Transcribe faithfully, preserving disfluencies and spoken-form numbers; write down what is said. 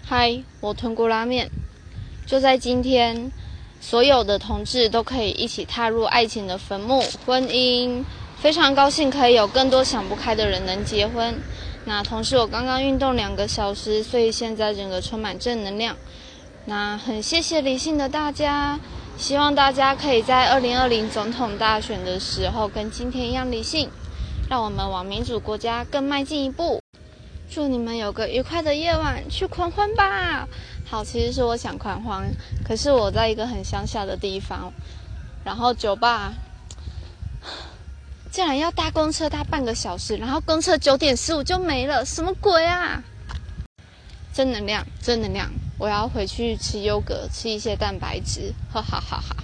嗨，我豚骨拉面。就在今天，所有的同志都可以一起踏入爱情的坟墓——婚姻。非常高兴可以有更多想不开的人能结婚。那同时，我刚刚运动两个小时，所以现在整个充满正能量。那很谢谢理性的大家，希望大家可以在二零二零总统大选的时候跟今天一样理性，让我们往民主国家更迈进一步。祝你们有个愉快的夜晚，去狂欢吧！好，其实是我想狂欢，可是我在一个很乡下的地方，然后酒吧竟然要搭公车搭半个小时，然后公车九点十五就没了，什么鬼啊！正能量，正能量！我要回去吃优格，吃一些蛋白质，哈哈哈哈。